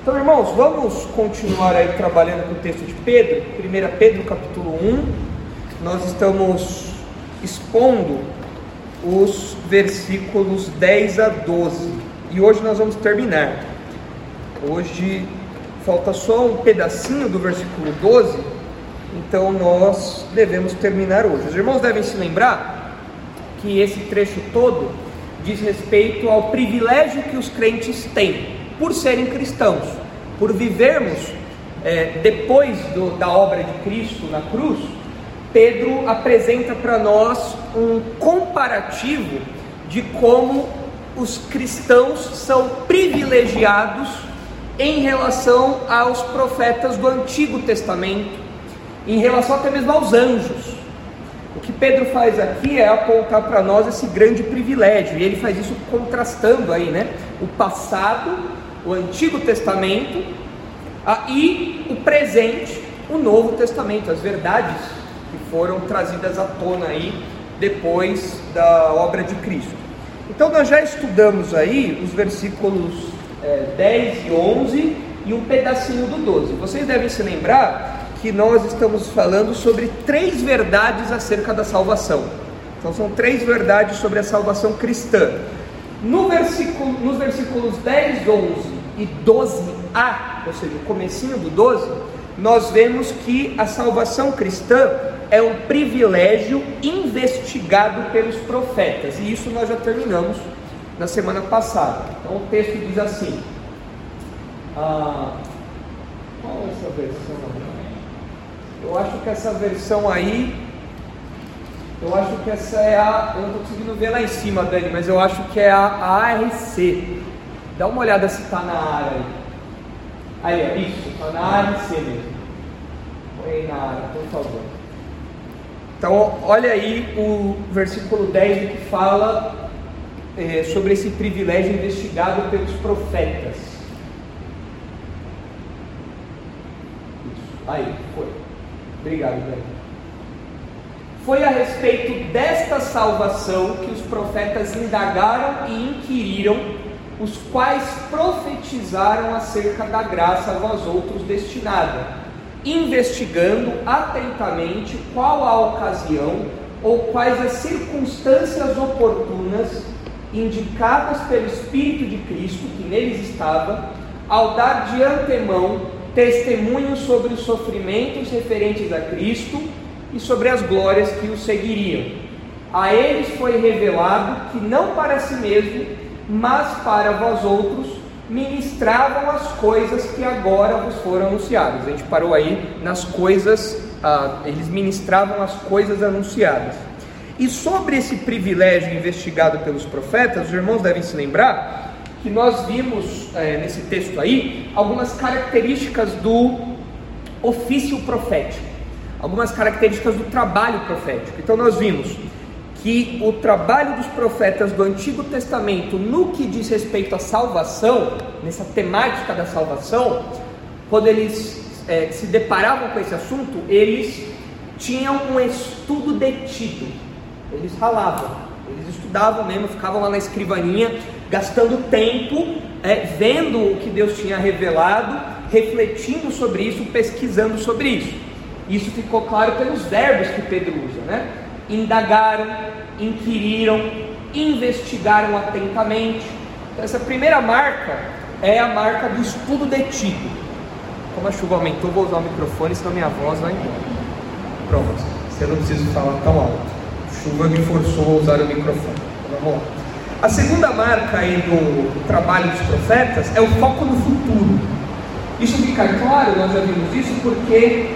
Então, irmãos, vamos continuar aí trabalhando com o texto de Pedro, 1 Pedro capítulo 1. Nós estamos expondo os versículos 10 a 12, e hoje nós vamos terminar. Hoje falta só um pedacinho do versículo 12, então nós devemos terminar hoje. Os irmãos devem se lembrar que esse trecho todo diz respeito ao privilégio que os crentes têm por serem cristãos, por vivermos depois da obra de Cristo na cruz. Pedro apresenta para nós um comparativo de como os cristãos são privilegiados em relação aos profetas do Antigo Testamento, em relação até mesmo aos anjos. O que Pedro faz aqui é apontar para nós esse grande privilégio, e ele faz isso contrastando aí, o passado, o Antigo Testamento, e o presente, o Novo Testamento, as verdades que foram trazidas à tona aí depois da obra de Cristo. Então nós já estudamos aí os versículos 10 e 11 e um pedacinho do 12. Vocês devem se lembrar que nós estamos falando sobre 3 verdades acerca da salvação. Então são 3 verdades sobre a salvação cristã. Nos versículos 10, 11 e 12a, ou seja, o comecinho do 12, nós vemos que a salvação cristã é um privilégio investigado pelos profetas, e isso nós já terminamos na semana passada. Então o texto diz assim, qual é essa versão? Eu acho que essa versão aí, essa é eu não estou conseguindo ver lá em cima, Dani, mas eu acho que é a ARC. Dá uma olhada se está na área aí. Aí, isso, está na ARC mesmo. Põe aí na área, por favor. Então, olha aí o versículo 10 que fala sobre esse privilégio investigado pelos profetas. Isso, aí, foi. Obrigado, Dani. Foi a respeito desta salvação que os profetas indagaram e inquiriram, os quais profetizaram acerca da graça a vós outros destinada, investigando atentamente qual a ocasião ou quais as circunstâncias oportunas indicadas pelo Espírito de Cristo que neles estava, ao dar de antemão testemunho sobre os sofrimentos referentes a Cristo e sobre as glórias que o seguiriam. A eles foi revelado que não para si mesmo, mas para vós outros, ministravam as coisas que agora vos foram anunciadas. A gente parou aí nas coisas, eles ministravam as coisas anunciadas. E sobre esse privilégio investigado pelos profetas, os irmãos devem se lembrar que nós vimos nesse texto aí algumas características do ofício profético, algumas características do trabalho profético. Então nós vimos que o trabalho dos profetas do Antigo Testamento, no que diz respeito à salvação, nessa temática da salvação, quando eles se deparavam com esse assunto, eles tinham um estudo detido, eles ralavam, eles estudavam mesmo, ficavam lá na escrivaninha, gastando tempo, vendo o que Deus tinha revelado, refletindo sobre isso, pesquisando sobre isso. Isso ficou claro pelos verbos que Pedro usa, Indagaram, inquiriram, investigaram atentamente. Então, essa primeira marca é a marca do estudo detido. Como a chuva aumentou, vou usar o microfone, senão minha voz vai embora. Pronto, você não precisa falar tão alto. A chuva me forçou a usar o microfone. Então, vamos lá. A segunda marca aí do trabalho dos profetas é o foco no futuro. Isso fica claro, nós já vimos isso, porque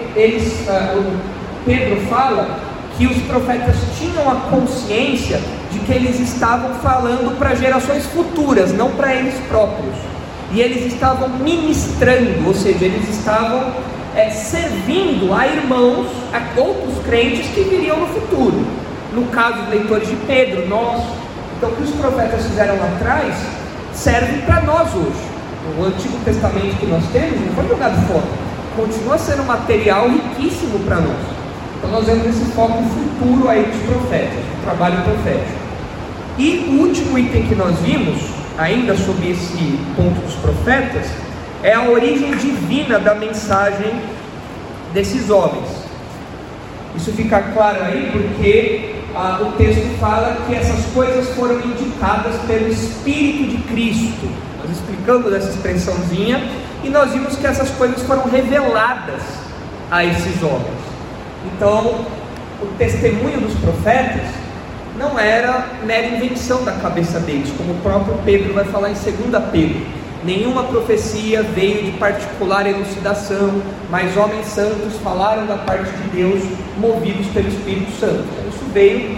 Pedro fala que os profetas tinham a consciência de que eles estavam falando para gerações futuras, não para eles próprios. E eles estavam ministrando, ou seja, eles estavam servindo a irmãos, a outros crentes que viriam no futuro. No caso dos leitores de Pedro, nós. Então o que os profetas fizeram lá atrás serve para nós hoje. O Antigo Testamento que nós temos não foi jogado fora, continua sendo material riquíssimo para nós. Então nós vemos esse foco futuro aí dos profetas, do trabalho profético. E o último item que nós vimos, ainda sobre esse ponto dos profetas, é a origem divina da mensagem desses homens. Isso fica claro aí porque o texto fala que essas coisas foram indicadas pelo Espírito de Cristo. Nós explicamos essa expressãozinha e nós vimos que essas coisas foram reveladas a esses homens. Então, o testemunho dos profetas não era mera invenção da cabeça deles, como o próprio Pedro vai falar em 2 Pedro. Nenhuma profecia veio de particular elucidação, mas homens santos falaram da parte de Deus, movidos pelo Espírito Santo. Isso veio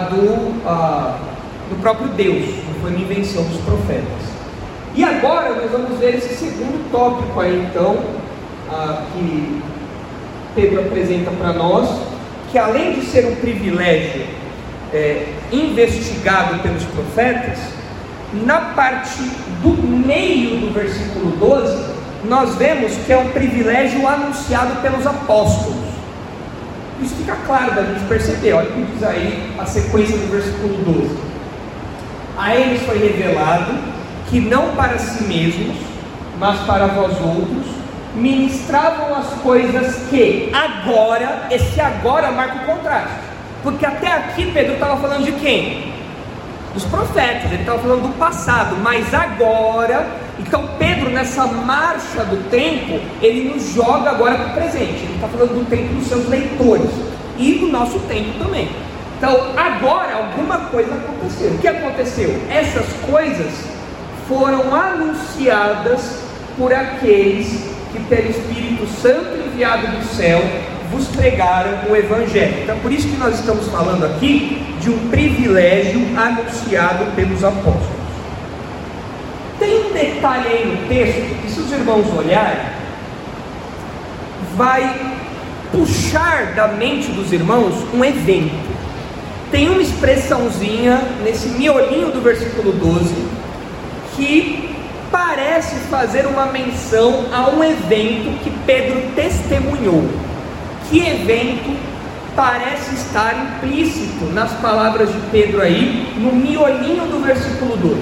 do próprio Deus, não foi uma invenção dos profetas. E agora nós vamos ver esse segundo tópico aí, então, que Pedro apresenta para nós, que além de ser um privilégio investigado pelos profetas, na parte do meio do versículo 12, nós vemos que é um privilégio anunciado pelos apóstolos. Isso fica claro da gente perceber. Olha o que diz aí a sequência do versículo 12: a eles foi revelado que não para si mesmos, mas para vós outros, ministravam as coisas que agora, esse agora marca o contraste, porque até aqui Pedro estava falando de quem? Dos profetas, ele estava falando do passado, mas agora, então Pedro nessa marcha do tempo, ele nos joga agora para o presente, ele está falando do tempo dos seus leitores, e do nosso tempo também. Então agora alguma coisa aconteceu. O que aconteceu? Essas coisas foram anunciadas por aqueles que pelo Espírito Santo enviado do céu vos pregaram o Evangelho. Então por isso que nós estamos falando aqui de um privilégio anunciado pelos apóstolos. Tem um detalhe aí no texto que, se os irmãos olharem, vai puxar da mente dos irmãos um evento. Tem uma expressãozinha nesse miolinho do versículo 12 que parece fazer uma menção a um evento que Pedro testemunhou. Que evento parece estar implícito nas palavras de Pedro aí, no miolinho do versículo 12?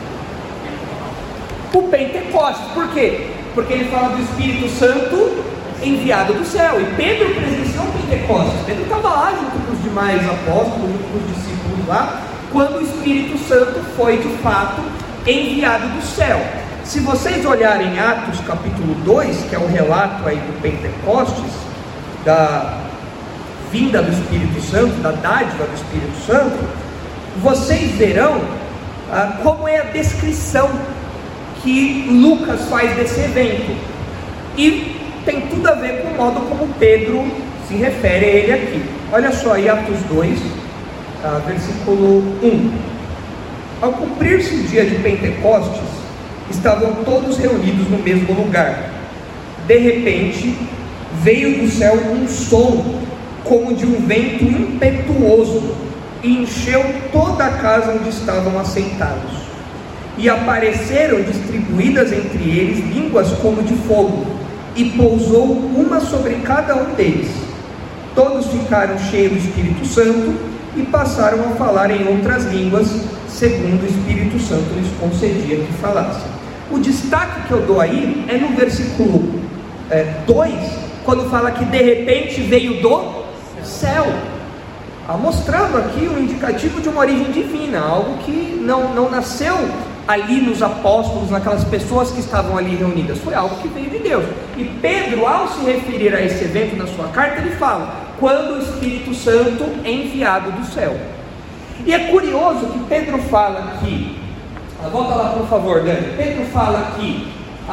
O Pentecostes. Por quê? Porque ele fala do Espírito Santo enviado do céu, e Pedro presenciou o Pentecostes. Pedro estava lá junto com os demais apóstolos, junto com os discípulos lá, quando o Espírito Santo foi de fato enviado do céu. Se vocês olharem Atos capítulo 2, que é o relato aí do Pentecostes, da vinda do Espírito Santo, da dádiva do Espírito Santo, vocês verão como é a descrição que Lucas faz desse evento, e tem tudo a ver com o modo como Pedro se refere a ele aqui. Olha só aí Atos 2, versículo 1: ao cumprir-se o dia de Pentecostes, estavam todos reunidos no mesmo lugar. De repente veio do céu um som como de um vento impetuoso e encheu toda a casa onde estavam assentados, e apareceram distribuídas entre eles línguas como de fogo, e pousou uma sobre cada um deles. Todos ficaram cheios do Espírito Santo e passaram a falar em outras línguas, segundo o Espírito Santo lhes concedia que falassem. O destaque que eu dou aí é no versículo 2, quando fala que de repente veio do céu, mostrando aqui um indicativo de uma origem divina, algo que não nasceu ali nos apóstolos, naquelas pessoas que estavam ali reunidas, foi algo que veio de Deus. E Pedro, ao se referir a esse evento na sua carta, ele fala, quando o Espírito Santo é enviado do céu. E é curioso que Pedro fala aqui, volta lá por favor, Dani. Pedro fala que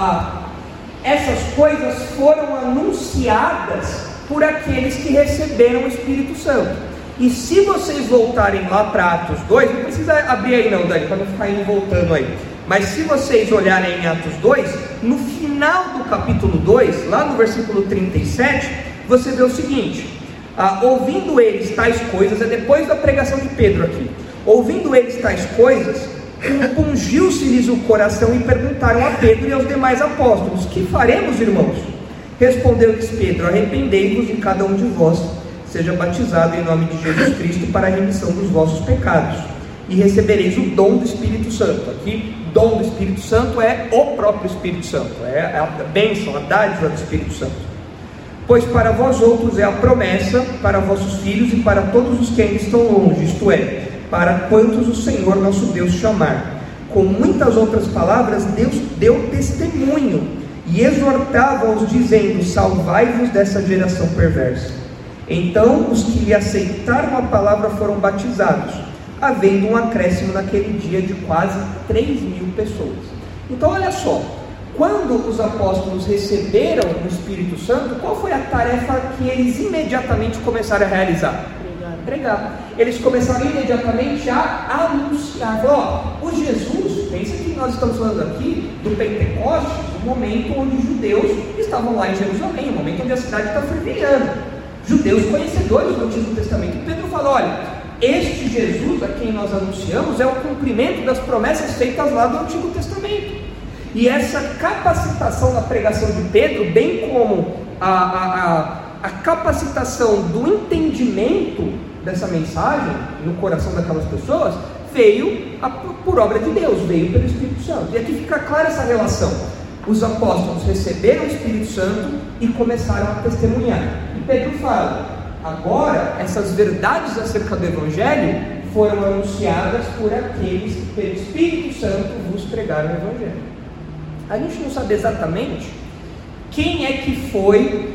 essas coisas foram anunciadas por aqueles que receberam o Espírito Santo. E se vocês voltarem lá para Atos 2, não precisa abrir aí não, Dani, para não ficar indo voltando aí, mas se vocês olharem em Atos 2, no final do capítulo 2, lá no versículo 37, você vê o seguinte: ouvindo eles tais coisas, é depois da pregação de Pedro aqui, ouvindo eles tais coisas, compungiu-se-lhes o coração e perguntaram a Pedro e aos demais apóstolos: que faremos, irmãos? Respondeu-lhes Pedro: arrependei-vos e cada um de vós seja batizado em nome de Jesus Cristo para a remissão dos vossos pecados, e recebereis o dom do Espírito Santo. Aqui, dom do Espírito Santo é o próprio Espírito Santo, é a bênção, a dádiva do Espírito Santo. Pois para vós outros é a promessa, para vossos filhos e para todos os que ainda estão longe, isto é, para quantos o Senhor nosso Deus chamar. Com muitas outras palavras, Deus deu testemunho e exortava-os, dizendo: salvai-vos dessa geração perversa. Então os que lhe aceitaram a palavra foram batizados, havendo um acréscimo naquele dia de quase 3.000 pessoas. Então olha só, quando os apóstolos receberam o Espírito Santo, qual foi a tarefa que eles imediatamente começaram a realizar? Pregar. Eles começaram imediatamente a anunciar. O Jesus, pensa que nós estamos falando aqui do Pentecostes, o momento onde os judeus estavam lá em Jerusalém, o momento onde a cidade está fervilhando, judeus conhecedores do Antigo Testamento. E Pedro fala: olha, este Jesus a quem nós anunciamos é o cumprimento das promessas feitas lá do Antigo Testamento. E essa capacitação da pregação de Pedro, bem como a capacitação do entendimento dessa mensagem no coração daquelas pessoas, veio por obra de Deus, veio pelo Espírito Santo. E aqui fica clara essa relação. Os apóstolos receberam o Espírito Santo e começaram a testemunhar. E Pedro fala: agora essas verdades acerca do Evangelho foram anunciadas por aqueles que pelo Espírito Santo vos pregaram o Evangelho. A gente não sabe exatamente quem é que foi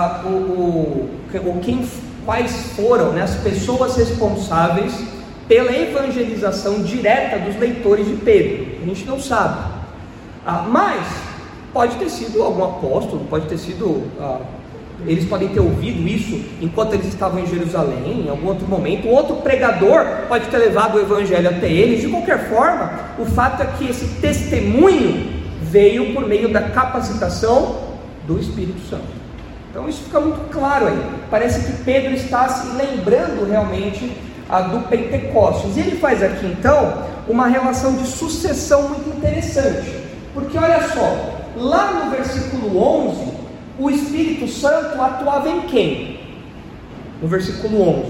quais foram, né, as pessoas responsáveis pela evangelização direta dos leitores de Pedro. A gente não sabe, mas pode ter sido algum apóstolo, pode ter sido, eles podem ter ouvido isso enquanto eles estavam em Jerusalém, em algum outro momento. Outro pregador pode ter levado o evangelho até eles. De qualquer forma, o fato é que esse testemunho veio por meio da capacitação do Espírito Santo. Então isso fica muito claro aí. Parece que Pedro está se lembrando realmente do Pentecostes. E ele faz aqui então uma relação de sucessão muito interessante, porque olha só, lá no versículo 11, o Espírito Santo atuava em quem? No versículo 11.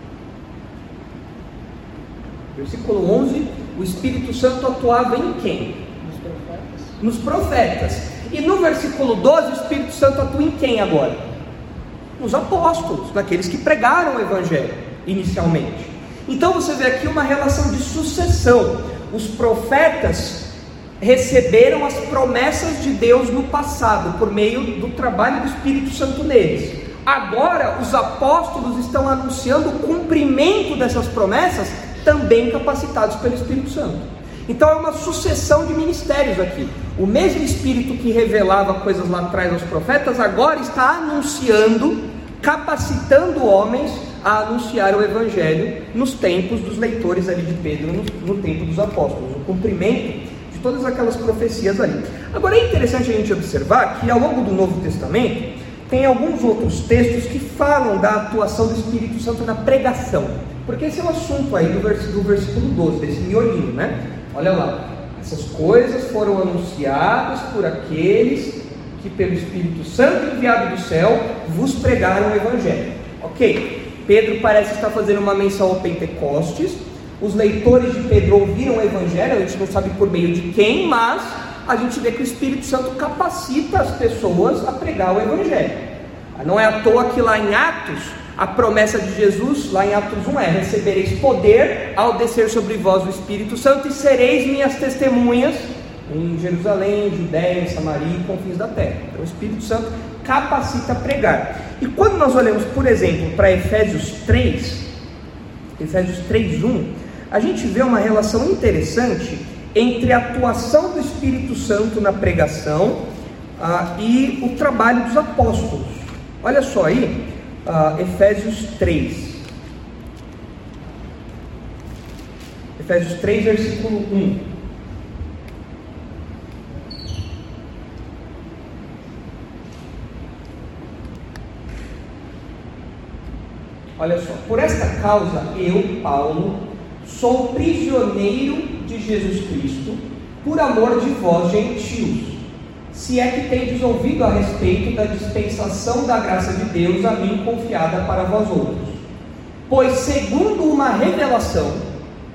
Versículo 11, o Espírito Santo atuava em quem? Nos profetas. E no versículo 12, o Espírito Santo atua em quem agora? Nos apóstolos, naqueles que pregaram o Evangelho inicialmente. Então você vê aqui uma relação de sucessão. Os profetas receberam as promessas de Deus no passado, por meio do trabalho do Espírito Santo neles. Agora os apóstolos estão anunciando o cumprimento dessas promessas, também capacitados pelo Espírito Santo. Então é uma sucessão de ministérios aqui. O mesmo Espírito que revelava coisas lá atrás aos profetas, agora está anunciando, capacitando homens a anunciar o Evangelho nos tempos dos leitores ali de Pedro, no tempo dos apóstolos, o cumprimento de todas aquelas profecias ali. Agora é interessante a gente observar que ao longo do Novo Testamento tem alguns outros textos que falam da atuação do Espírito Santo na pregação, porque esse é o assunto aí do versículo 12, desse miolinho, né? Olha lá, essas coisas foram anunciadas por aqueles que pelo Espírito Santo enviado do céu vos pregaram o Evangelho. Ok, Pedro parece estar fazendo uma menção ao Pentecostes. Os leitores de Pedro ouviram o Evangelho, a gente não sabe por meio de quem, mas a gente vê que o Espírito Santo capacita as pessoas a pregar o Evangelho. Não é à toa que lá em Atos, a promessa de Jesus, lá em Atos 1, é: recebereis poder ao descer sobre vós o Espírito Santo e sereis minhas testemunhas em Jerusalém, Judéia, Samaria e confins da terra. Então o Espírito Santo capacita a pregar. E quando nós olhamos, por exemplo, para Efésios 3:1, a gente vê uma relação interessante entre a atuação do Espírito Santo na pregação e o trabalho dos apóstolos. Olha só aí, Efésios 3. Efésios 3, versículo 1. Olha só: por esta causa eu, Paulo, sou prisioneiro de Jesus Cristo, por amor de vós, gentios, se é que tendes ouvido a respeito da dispensação da graça de Deus a mim confiada para vós outros. Pois segundo uma revelação,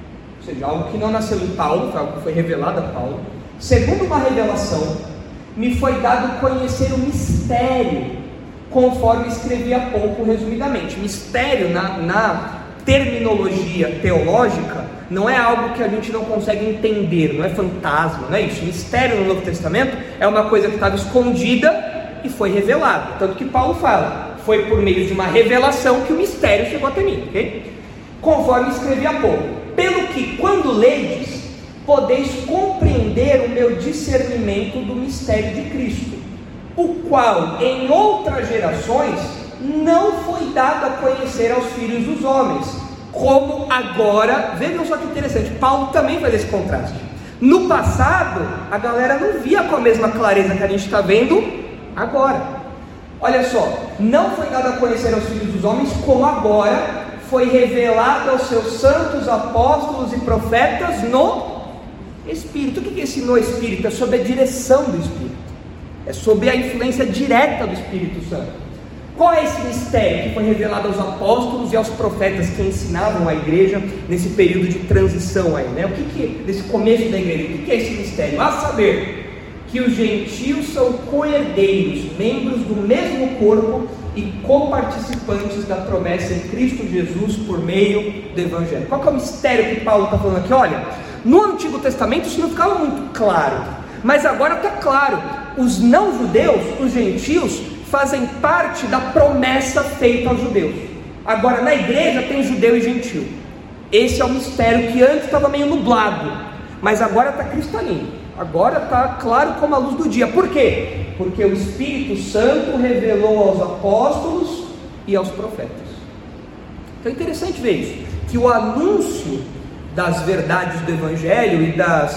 ou seja, algo que não nasceu em Paulo, foi algo que foi revelado a Paulo. Segundo uma revelação, me foi dado conhecer o mistério, conforme escrevi há pouco resumidamente. Mistério na terminologia teológica não é algo que a gente não consegue entender, não é fantasma, não é isso. Mistério no Novo Testamento é uma coisa que estava escondida e foi revelada. Tanto que Paulo fala, foi por meio de uma revelação que o mistério chegou até mim, ok? Conforme escrevi há pouco. Pelo que, quando ledes, podeis compreender o meu discernimento do mistério de Cristo, o qual em outras gerações não foi dado a conhecer aos filhos dos homens, como agora. Vejam só que interessante, Paulo também faz esse contraste. No passado, a galera não via com a mesma clareza que a gente está vendo agora. Olha só, não foi dado a conhecer aos filhos dos homens, como agora foi revelado aos seus santos apóstolos e profetas no Espírito. O que é esse no Espírito? É sob a direção do Espírito, é sob a influência direta do Espírito Santo. Qual é esse mistério que foi revelado aos apóstolos e aos profetas que ensinavam a igreja nesse período de transição aí, né? Nesse começo da igreja, o que é esse mistério? A saber, que os gentios são co-herdeiros, membros do mesmo corpo e coparticipantes da promessa em Cristo Jesus por meio do Evangelho. Qual que é o mistério que Paulo está falando aqui? Olha, no Antigo Testamento isso não ficava muito claro, mas agora está claro. Os não-judeus, os gentios, fazem parte da promessa feita aos judeus. Agora na igreja tem judeu e gentio. Esse é o mistério que antes estava meio nublado, mas agora está cristalino. Agora está claro como a luz do dia. Por quê? Porque o Espírito Santo revelou aos apóstolos e aos profetas. Então é interessante ver isso, que o anúncio das verdades do Evangelho e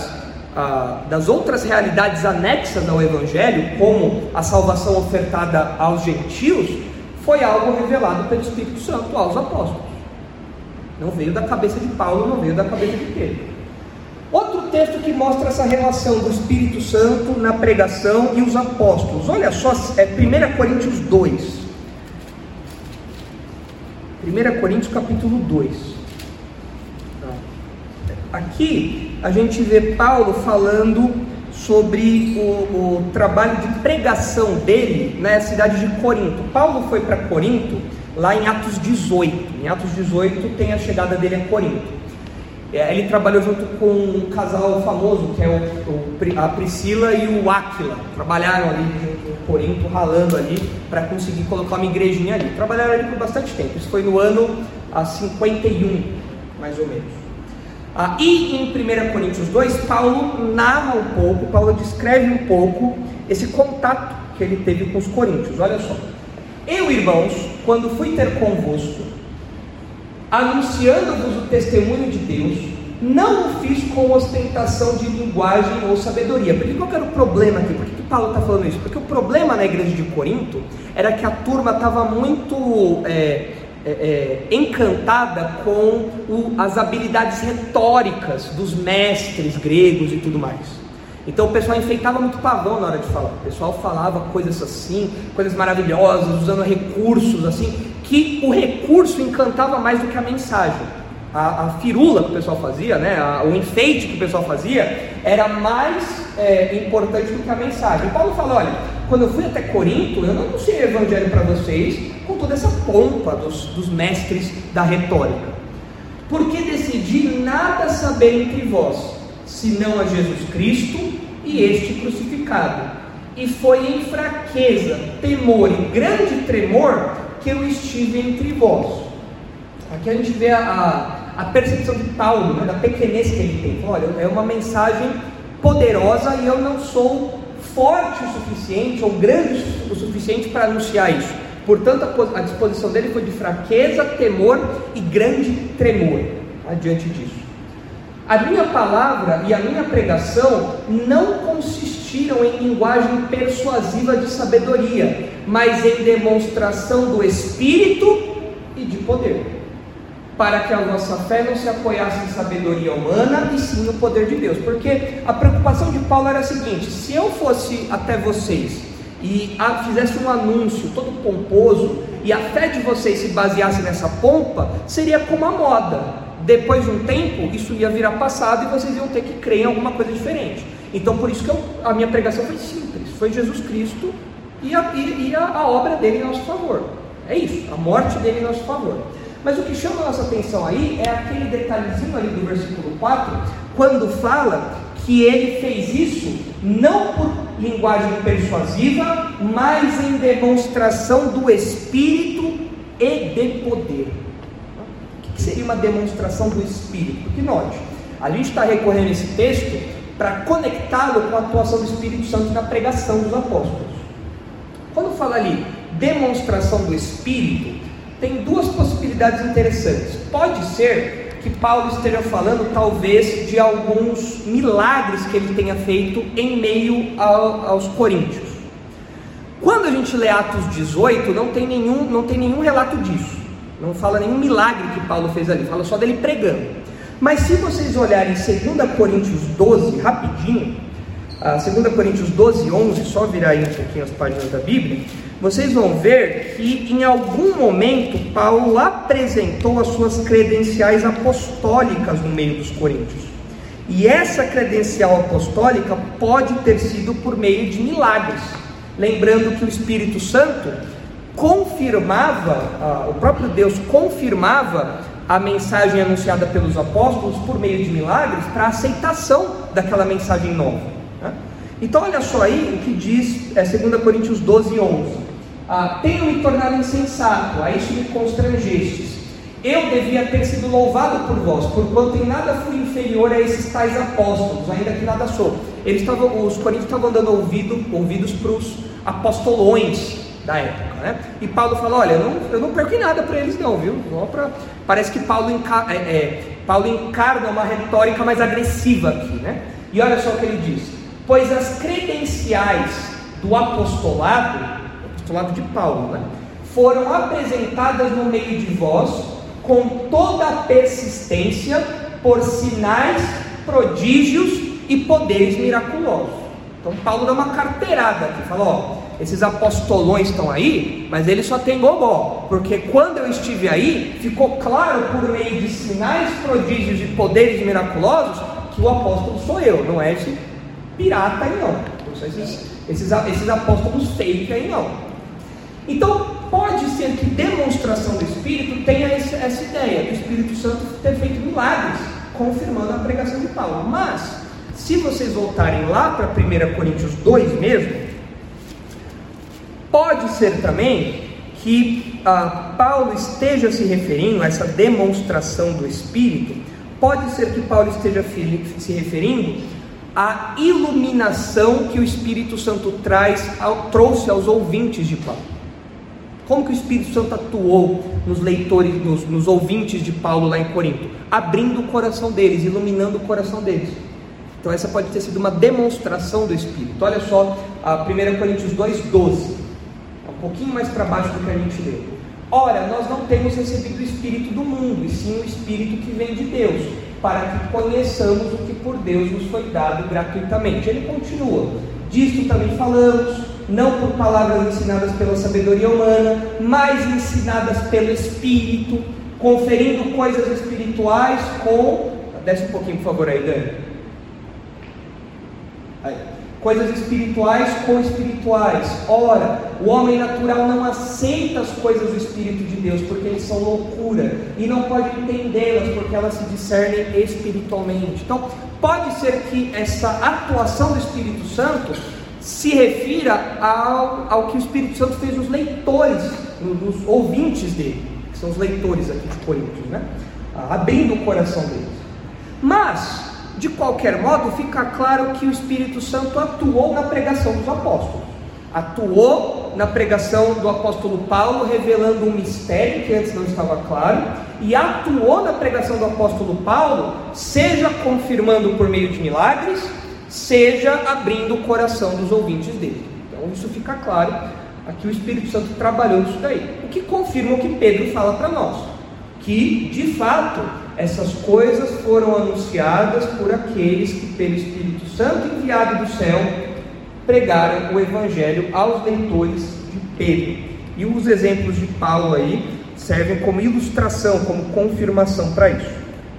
das outras realidades anexas ao Evangelho, como a salvação ofertada aos gentios, foi algo revelado pelo Espírito Santo aos apóstolos. Não veio da cabeça de Paulo, não veio da cabeça de Pedro. Outro texto que mostra essa relação do Espírito Santo na pregação e os apóstolos, olha só, é 1 Coríntios 2. 1 Coríntios capítulo 2. Aqui a gente vê Paulo falando sobre o trabalho de pregação dele na cidade de Corinto. Paulo foi para Corinto lá em Atos 18. Em Atos 18 tem a chegada dele a Corinto. Ele trabalhou junto com um casal famoso, que é a Priscila e o Áquila. Trabalharam ali em Corinto, ralando ali, para conseguir colocar uma igrejinha ali. Trabalharam ali por bastante tempo. Isso foi no ano 51, mais ou menos. E em 1 Coríntios 2, Paulo narra um pouco, Paulo descreve um pouco esse contato que ele teve com os coríntios. Olha só: eu, irmãos, quando fui ter convosco, anunciando-vos o testemunho de Deus, não o fiz com ostentação de linguagem ou sabedoria. Porque qual que era o problema aqui? Por que Paulo está falando isso? Porque o problema na igreja de Corinto era que a turma estava muito encantada com as habilidades retóricas dos mestres gregos e tudo mais. Então o pessoal enfeitava muito pavão na hora de falar. O pessoal falava coisas assim, coisas maravilhosas, usando recursos assim, que o recurso encantava mais do que a mensagem. A firula que o pessoal fazia, né, o enfeite que o pessoal fazia, era mais importante do que a mensagem. Paulo fala: olha, quando eu fui até Corinto, eu não anunciei o evangelho para vocês com toda essa pompa dos mestres da retórica, porque decidi nada saber entre vós, senão a Jesus Cristo e este crucificado. E foi em fraqueza, temor e grande tremor que eu estive entre vós. Aqui a gente vê a percepção de Paulo, né, da pequenez que ele tem. Olha, é uma mensagem poderosa e eu não sou forte o suficiente ou grande o suficiente para anunciar isso. Portanto, a disposição dele foi de fraqueza, temor e grande tremor. Adiante disso, a minha palavra e a minha pregação não consistiram em linguagem persuasiva de sabedoria, mas em demonstração do Espírito e de poder, para que a vossa fé não se apoiasse em sabedoria humana, e sim no poder de Deus. Porque a preocupação de Paulo era a seguinte: se eu fosse até vocês e fizesse um anúncio todo pomposo, e a fé de vocês se baseasse nessa pompa, seria como a moda depois de um tempo, isso ia virar passado e vocês iam ter que crer em alguma coisa diferente. Então, por isso que a minha pregação foi simples, foi Jesus Cristo e a obra dele em nosso favor. É isso, a morte dele em nosso favor. Mas o que chama a nossa atenção aí é aquele detalhezinho ali do versículo 4, quando fala que ele fez isso não por linguagem persuasiva, mas em demonstração do Espírito e de poder. O que seria uma demonstração do Espírito? Porque note, a gente está recorrendo a esse texto para conectá-lo com a atuação do Espírito Santo na pregação dos apóstolos. Quando fala ali demonstração do Espírito, tem duas possibilidades interessantes. Pode ser que Paulo esteja falando talvez de alguns milagres que ele tenha feito em meio aos coríntios. Quando a gente lê Atos 18, não tem nenhum relato disso, não fala nenhum milagre que Paulo fez ali, fala só dele pregando. Mas se vocês olharem 2 Coríntios 12, rapidinho, 2 Coríntios 12, 11, só virar aí um pouquinho as páginas da Bíblia, vocês vão ver que em algum momento Paulo apresentou as suas credenciais apostólicas no meio dos coríntios. E essa credencial apostólica pode ter sido por meio de milagres. Lembrando que o Espírito Santo confirmava, o próprio Deus confirmava a mensagem anunciada pelos apóstolos por meio de milagres para a aceitação daquela mensagem nova, né? Então olha só aí o que diz 2 Coríntios 12, 11. Tenho me tornado insensato, a isso me constrangestes. Eu devia ter sido louvado por vós, porquanto em nada fui inferior a esses tais apóstolos, ainda que nada sou. Os coríntios estavam dando ouvidos para os apostolões da época, né? E Paulo fala, olha, eu não perco em nada para eles não, viu? Parece que Paulo encarna uma retórica mais agressiva aqui, né? E olha só o que ele diz: pois as credenciais do apostolado de Paulo, né, foram apresentadas no meio de vós com toda a persistência por sinais, prodígios e poderes miraculosos. Então Paulo dá uma carteirada aqui, fala, ó, esses apostolões estão aí, mas eles só têm gogó, porque quando eu estive aí, ficou claro por meio de sinais, prodígios e poderes miraculosos que o apóstolo sou eu, não é esse pirata aí não, não são esses apóstolos fake aí não. Então pode ser que demonstração do Espírito tenha essa ideia do Espírito Santo ter feito milagres, confirmando a pregação de Paulo. Mas se vocês voltarem lá para 1 Coríntios 2 mesmo, pode ser também que Paulo esteja se referindo a essa demonstração do Espírito, pode ser que Paulo esteja se referindo à iluminação que o Espírito Santo trouxe aos ouvintes de Paulo. Como que o Espírito Santo atuou nos leitores, nos ouvintes de Paulo lá em Corinto? Abrindo o coração deles, iluminando o coração deles. Então essa pode ter sido uma demonstração do Espírito. Olha só, 1 Coríntios 2:12, um pouquinho mais para baixo do que a gente leu. Ora, nós não temos recebido o Espírito do mundo, e sim o Espírito que vem de Deus, para que conheçamos o que por Deus nos foi dado gratuitamente. Ele continua, disto também falamos, não por palavras ensinadas pela sabedoria humana, mas ensinadas pelo Espírito, conferindo coisas espirituais com... Desce um pouquinho, por favor, aí, Dani. Aí. Coisas espirituais com espirituais. Ora, o homem natural não aceita as coisas do Espírito de Deus, porque eles são loucura, e não pode entendê-las, porque elas se discernem espiritualmente. Então, pode ser que essa atuação do Espírito Santo se refira ao que o Espírito Santo fez nos leitores, nos ouvintes dele, que são os leitores aqui de Coríntios, né? Abrindo o coração deles. Mas, de qualquer modo, fica claro que o Espírito Santo atuou na pregação dos apóstolos, atuou na pregação do apóstolo Paulo, revelando um mistério que antes não estava claro, e atuou na pregação do apóstolo Paulo, seja confirmando por meio de milagres, seja abrindo o coração dos ouvintes dele. Então isso fica claro, aqui o Espírito Santo trabalhou isso daí, o que confirma o que Pedro fala para nós, que de fato essas coisas foram anunciadas por aqueles que pelo Espírito Santo enviado do céu pregaram o Evangelho aos leitores de Pedro. E os exemplos de Paulo aí servem como ilustração, como confirmação para isso.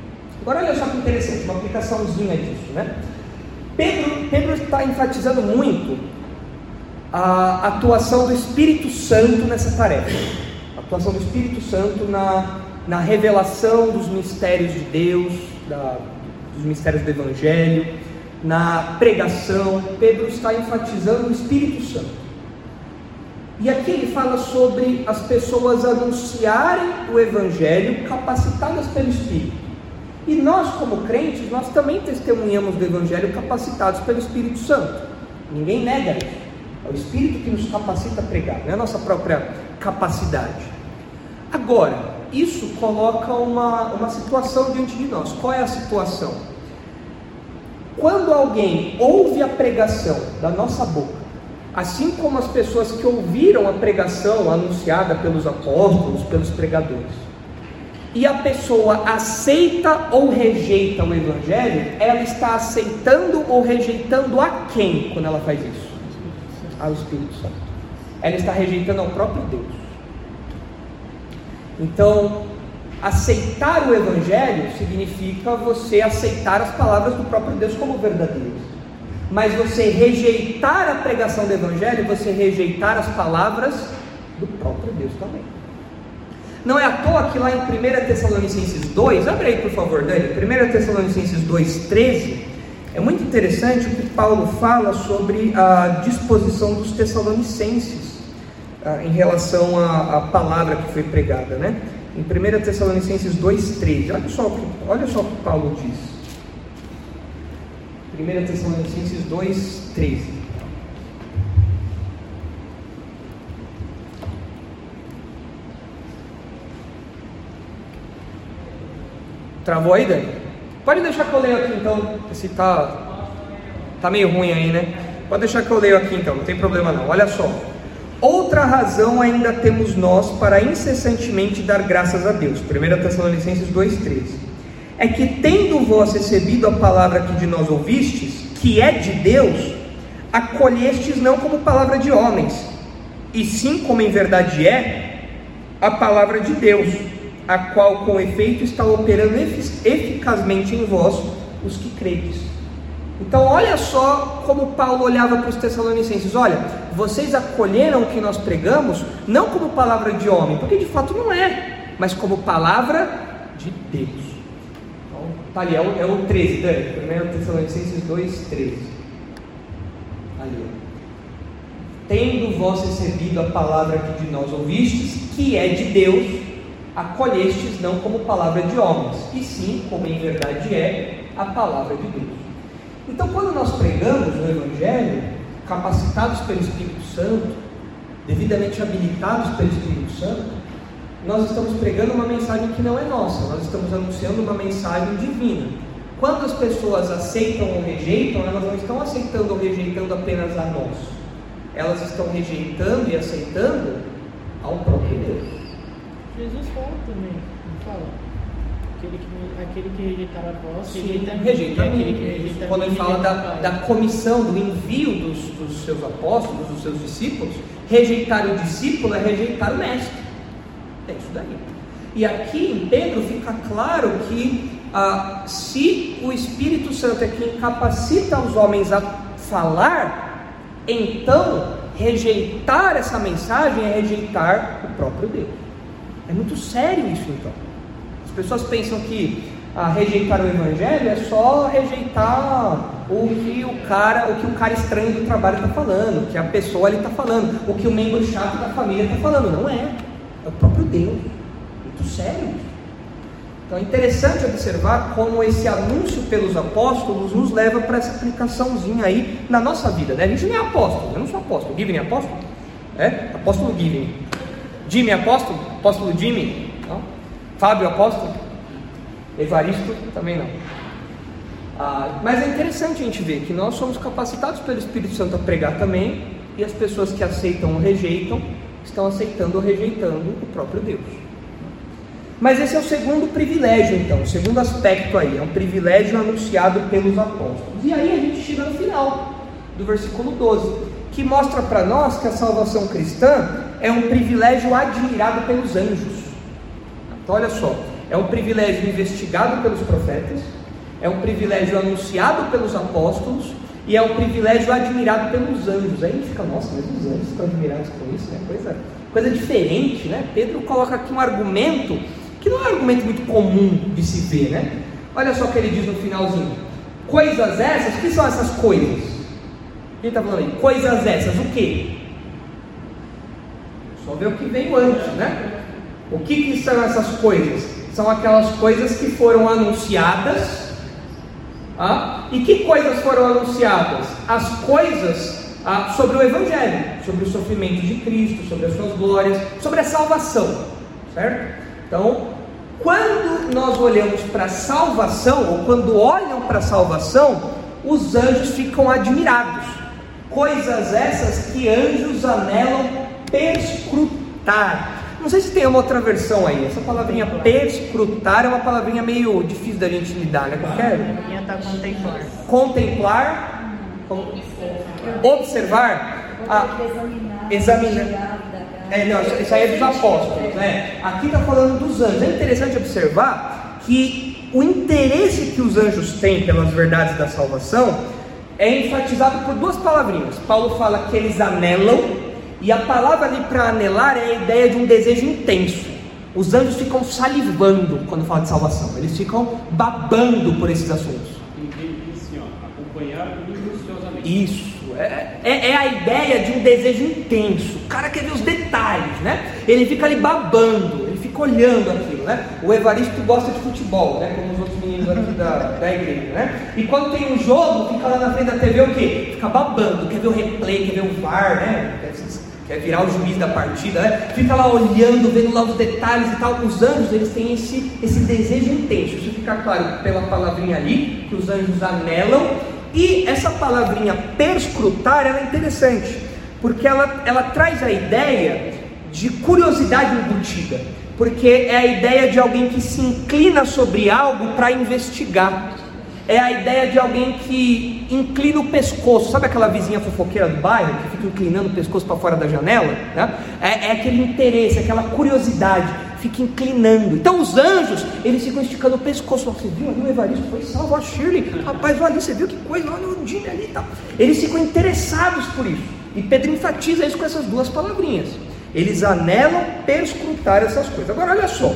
Agora olha só que interessante, uma aplicaçãozinha disso, né? Pedro está enfatizando muito a atuação do Espírito Santo nessa tarefa, a atuação do Espírito Santo na revelação dos mistérios de Deus, dos mistérios do Evangelho, na pregação. Pedro está enfatizando o Espírito Santo. E aqui ele fala sobre as pessoas anunciarem o Evangelho capacitadas pelo Espírito. E nós, como crentes, nós também testemunhamos do Evangelho capacitados pelo Espírito Santo. Ninguém nega isso. É o Espírito que nos capacita a pregar, não é a nossa própria capacidade. Agora, isso coloca uma situação diante de nós. Qual é a situação? Quando alguém ouve a pregação da nossa boca, assim como as pessoas que ouviram a pregação anunciada pelos apóstolos, pelos pregadores, e a pessoa aceita ou rejeita o Evangelho, ela está aceitando ou rejeitando a quem quando ela faz isso? Ao Espírito Santo. Ela está rejeitando ao próprio Deus. Então, aceitar o Evangelho significa você aceitar as palavras do próprio Deus como verdadeiras. Mas você rejeitar a pregação do Evangelho, você rejeitar as palavras do próprio Deus também. Não é à toa que lá em 1 Tessalonicenses 2, abre aí por favor, Dani, 1 Tessalonicenses 2,13, é muito interessante o que Paulo fala sobre a disposição dos Tessalonicenses em relação à palavra que foi pregada, né? Em 1 Tessalonicenses 2,13, olha só o que Paulo diz. 1 Tessalonicenses 2,13. Travou aí, Dani? Pode deixar que eu leio aqui então, se tá meio ruim aí, né? Pode deixar que eu leio aqui então, não tem problema não. Olha só. Outra razão ainda temos nós para incessantemente dar graças a Deus. 1 Tessalonicenses 2,13. É que tendo vós recebido a palavra que de nós ouvistes, que é de Deus, acolhestes não como palavra de homens, e sim como em verdade é a palavra de Deus, a qual com efeito está operando eficazmente em vós, os que credes. Então olha só como Paulo olhava para os Tessalonicenses. Olha, vocês acolheram o que nós pregamos, não como palavra de homem, porque de fato não é, mas como palavra de Deus. Então, tá ali, é o 13, Dani, 1 Tessalonicenses 2,13. Ali, tendo vós recebido a palavra que de nós ouvistes, que é de Deus, acolhestes não como palavra de homens, e sim como em verdade é a palavra de Deus. Então, quando nós pregamos o Evangelho, capacitados pelo Espírito Santo, devidamente habilitados pelo Espírito Santo, nós estamos pregando uma mensagem que não é nossa, nós estamos anunciando uma mensagem divina. Quando as pessoas aceitam ou rejeitam, elas não estão aceitando ou rejeitando apenas a nós, elas estão rejeitando e aceitando ao próprio Deus. Jesus fala também, não fala? Aquele que rejeitar a voz, rejeita a mim. Quando ele fala da comissão, do envio dos seus apóstolos, dos seus discípulos, rejeitar o discípulo é rejeitar o mestre. É isso daí. E aqui em Pedro fica claro que se o Espírito Santo é quem capacita os homens a falar, então rejeitar essa mensagem é rejeitar o próprio Deus. É muito sério isso então. As pessoas pensam que rejeitar o Evangelho é só rejeitar o que o cara estranho do trabalho está falando, o que a pessoa ali está falando, o que o membro chato da família está falando. Não é o próprio Deus. Muito sério. Então é interessante observar como esse anúncio pelos apóstolos nos leva para essa aplicaçãozinha aí na nossa vida, né? A gente não é apóstolo, eu não sou apóstolo. Given é apóstolo? Apóstolo Given. Jimmy é apóstolo? Apóstolo Jimmy? Não. Fábio apóstolo? Evaristo também não. Mas é interessante a gente ver que nós somos capacitados pelo Espírito Santo a pregar também, e as pessoas que aceitam ou rejeitam estão aceitando ou rejeitando o próprio Deus. Mas esse é o segundo privilégio então, o segundo aspecto aí, é um privilégio anunciado pelos apóstolos. E aí a gente chega no final do versículo 12, que mostra para nós que a salvação cristã é um privilégio admirado pelos anjos. Então olha só, é um privilégio investigado pelos profetas, é um privilégio anunciado pelos apóstolos e é um privilégio admirado pelos anjos. Aí a gente fica, nossa, mas os anjos estão admirados com isso, né? Coisa diferente, né? Pedro coloca aqui um argumento que não é um argumento muito comum de se ver, né? Olha só o que ele diz no finalzinho: coisas essas, o que são essas coisas? Quem está falando aí? Coisas essas, o quê? Só ver o que veio antes, né? O que são essas coisas? São aquelas coisas que foram anunciadas. E que coisas foram anunciadas? As coisas sobre o Evangelho, sobre o sofrimento de Cristo, sobre as suas glórias, sobre a salvação, certo? Então, quando nós olhamos para a salvação, ou quando olham para a salvação, os anjos ficam admirados. Coisas essas que anjos anelam perscrutar. Não sei se tem uma outra versão aí. Essa palavrinha perscrutar é uma palavrinha meio difícil da gente lidar, né? A minha tá contemplar. Contemplar, observar, examinar. Não, isso aí é dos apóstolos, né? Aqui está falando dos anjos. É interessante observar que o interesse que os anjos têm pelas verdades da salvação é enfatizado por duas palavrinhas. Paulo fala que eles anelam, e a palavra ali para anelar é a ideia de um desejo intenso. Os anjos ficam salivando quando fala de salvação, eles ficam babando por esses assuntos. Assim, acompanhar minuciosamente. Isso, é a ideia de um desejo intenso. O cara quer ver os detalhes, né? Ele fica ali babando, ele fica olhando aquilo, né? O Evaristo gosta de futebol, né? Como os outros meninos aqui da igreja, né? E quando tem um jogo, fica lá na frente da TV o quê? Fica babando, quer ver o replay, quer ver o VAR, né? Quer virar o juiz da partida, né? Fica lá olhando, vendo lá os detalhes e tal. Os anjos, eles têm esse desejo intenso. Isso fica claro pela palavrinha ali, que os anjos anelam. E essa palavrinha perscrutar, ela é interessante, porque ela traz a ideia de curiosidade embutida, porque é a ideia de alguém que se inclina sobre algo para investigar. É a ideia de alguém que inclina o pescoço. Sabe aquela vizinha fofoqueira do bairro que fica inclinando o pescoço para fora da janela, né? É aquele interesse, aquela curiosidade, fica inclinando. Então os anjos, eles ficam esticando o pescoço. Você viu ali o Evaristo foi salvo, a Shirley, rapaz, olha ali, você viu que coisa, olha o Jimmy ali e tal. Eles ficam interessados por isso, e Pedro enfatiza isso com essas duas palavrinhas. Eles anelam perscrutar essas coisas. Agora olha só,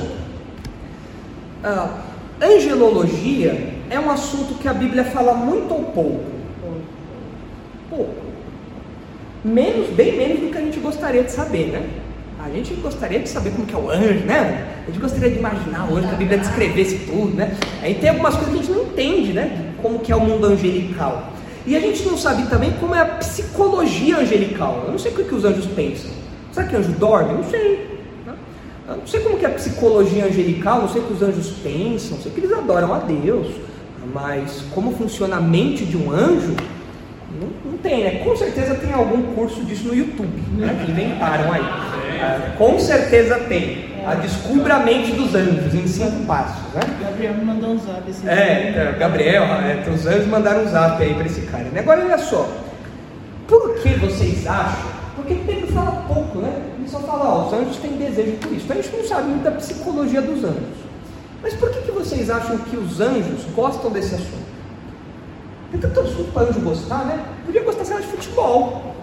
angelologia é um assunto que a Bíblia fala muito ou pouco? Pouco. Bem menos do que a gente gostaria de saber, né? A gente gostaria de saber como que é o anjo, né? A gente gostaria de imaginar o anjo, que a Bíblia descrevesse tudo, né? Aí tem algumas coisas que a gente não entende, né? Como que é o mundo angelical. E a gente não sabe também como é a psicologia angelical. Eu não sei o que os anjos pensam. Será que o anjo dorme? Não sei. Eu não sei como que é a psicologia angelical, não sei o que os anjos pensam, não sei que eles adoram a Deus. Mas como funciona a mente de um anjo, não tem, né? Com certeza tem algum curso disso no YouTube, né? Que inventaram aí. Com certeza tem. Descubra a mente dos anjos em 5 passos, né? Gabriel me mandou um zap esse Gabriel, os anjos mandaram um zap aí para esse cara, né? Agora olha só, por que vocês acham? Porque Pedro fala pouco, né? Ele só fala, os anjos têm desejo por isso. Então a gente não sabe muito da psicologia dos anjos. Mas por que vocês acham que os anjos gostam desse assunto? Tem tanto assunto para o anjo gostar, né? Podia gostar, sei lá, de futebol.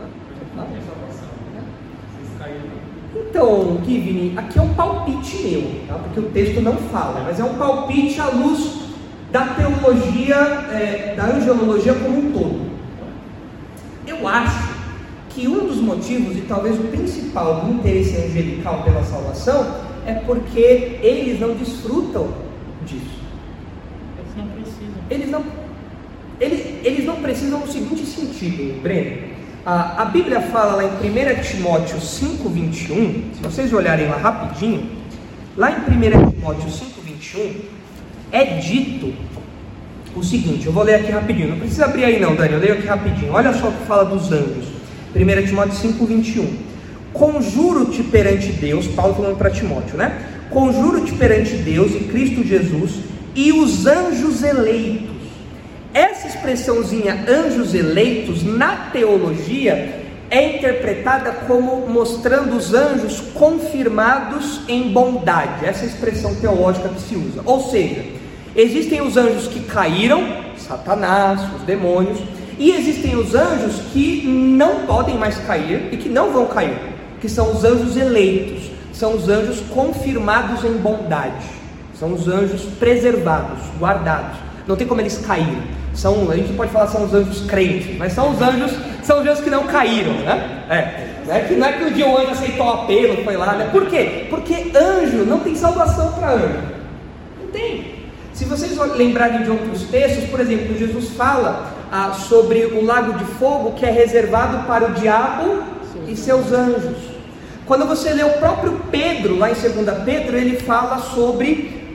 Então, Kivni, aqui é um palpite meu, tá? Porque o texto não fala, mas é um palpite à luz da teologia, da angelologia como um todo. Eu acho que um dos motivos, e talvez o principal do interesse angelical pela salvação, é porque eles não desfrutam disso. Eles não precisam. Eles não precisam no seguinte sentido, Breno. A Bíblia fala lá em 1 Timóteo 5,21, se vocês olharem lá rapidinho, lá em 1 Timóteo 5,21, é dito o seguinte, eu vou ler aqui rapidinho, não precisa abrir aí não, Dani, eu leio aqui rapidinho, olha só o que fala dos anjos, 1 Timóteo 5,21, conjuro-te perante Deus, Paulo falando para Timóteo, né? Conjuro-te perante Deus e Cristo Jesus e os anjos eleitos. Essa expressãozinha anjos eleitos na teologia é interpretada como mostrando os anjos confirmados em bondade. Essa é a expressão teológica que se usa. Ou seja, existem os anjos que caíram, Satanás, os demônios, e existem os anjos que não podem mais cair e que não vão cair, que são os anjos eleitos, são os anjos confirmados em bondade, são os anjos preservados, guardados. Não tem como eles caírem. A gente pode falar que são os anjos crentes, mas são os anjos que não caíram, né? Não é que um dia o anjo aceitou o apelo, foi lá, né? Por quê? Porque anjo não tem salvação para anjo. Não tem. Se vocês lembrarem de outros textos, por exemplo, Jesus fala sobre o lago de fogo que é reservado para o diabo e seus anjos. Quando você lê o próprio Pedro, lá em 2 Pedro, ele fala sobre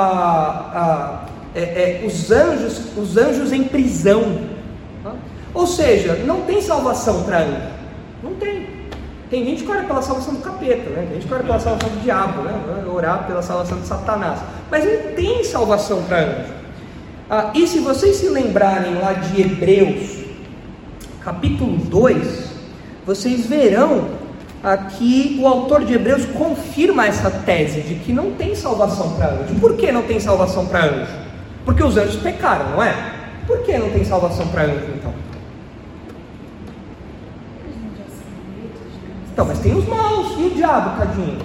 os anjos em prisão. Ou seja, não tem salvação para anjo. Não tem. Tem gente que ora pela salvação do capeta, né? Tem gente que ora pela salvação do diabo, né? Orar pela salvação de Satanás. Mas não tem salvação para anjo. E se vocês se lembrarem lá de Hebreus, capítulo 2, vocês verão que o autor de Hebreus confirma essa tese de que não tem salvação para anjo. Por que não tem salvação para anjo? Porque os anjos pecaram, não é? Por que não tem salvação para anjo, então? Então, mas tem os maus e o diabo, tadinho.